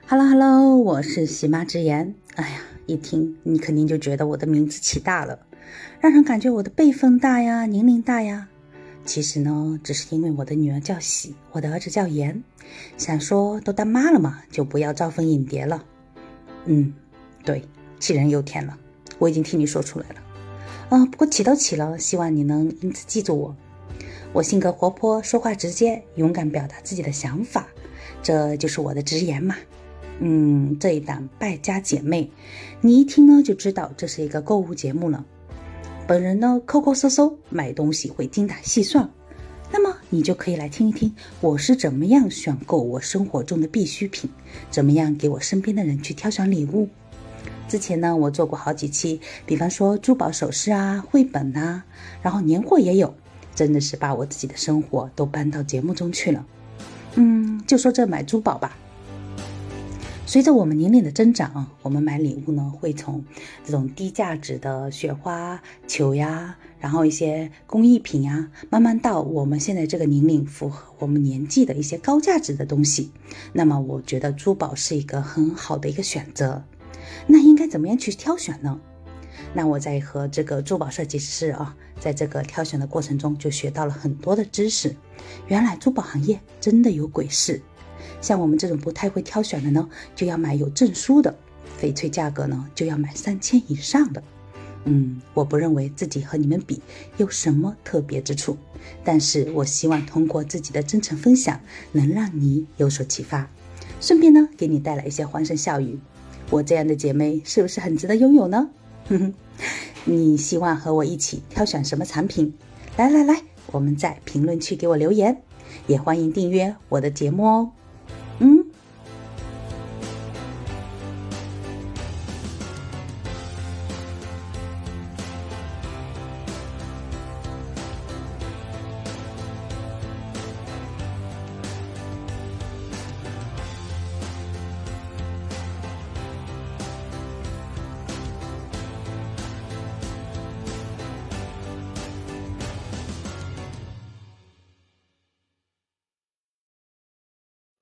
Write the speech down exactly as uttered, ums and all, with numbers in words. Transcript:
Hello Hello， 我是喜妈之言。哎呀，一听你肯定就觉得我的名字起大了，让人感觉我的辈分大呀，年龄大呀。其实呢，只是因为我的女儿叫喜，我的儿子叫言，想说都当妈了嘛，就不要招蜂引蝶了。嗯，对，杞人忧天了，我已经替你说出来了。啊、呃，不过起都起了，希望你能因此记住我。我性格活泼，说话直接，勇敢表达自己的想法，这就是我的直言嘛。嗯，这一档败家姐妹，你一听呢就知道这是一个购物节目了。本人呢抠抠搜搜，买东西会精打细算，那么你就可以来听一听我是怎么样选购我生活中的必需品，怎么样给我身边的人去挑选礼物。之前呢我做过好几期，比方说珠宝首饰啊、绘本啊，然后年货也有，真的是把我自己的生活都搬到节目中去了。嗯，就说这买珠宝吧，随着我们年龄的增长，我们买礼物呢会从这种低价值的雪花球呀，然后一些工艺品呀，慢慢到我们现在这个年龄符合我们年纪的一些高价值的东西。那么我觉得珠宝是一个很好的一个选择。那应该怎么样去挑选呢？那我在和这个珠宝设计师啊，在这个挑选的过程中就学到了很多的知识。原来珠宝行业真的有鬼市，像我们这种不太会挑选的呢，就要买有证书的，翡翠价格呢就要买三千以上的。嗯，我不认为自己和你们比有什么特别之处，但是我希望通过自己的真诚分享，能让你有所启发，顺便呢给你带来一些欢声笑语。我这样的姐妹是不是很值得拥有呢？你希望和我一起挑选什么产品？来来来，我们在评论区给我留言，也欢迎订阅我的节目哦。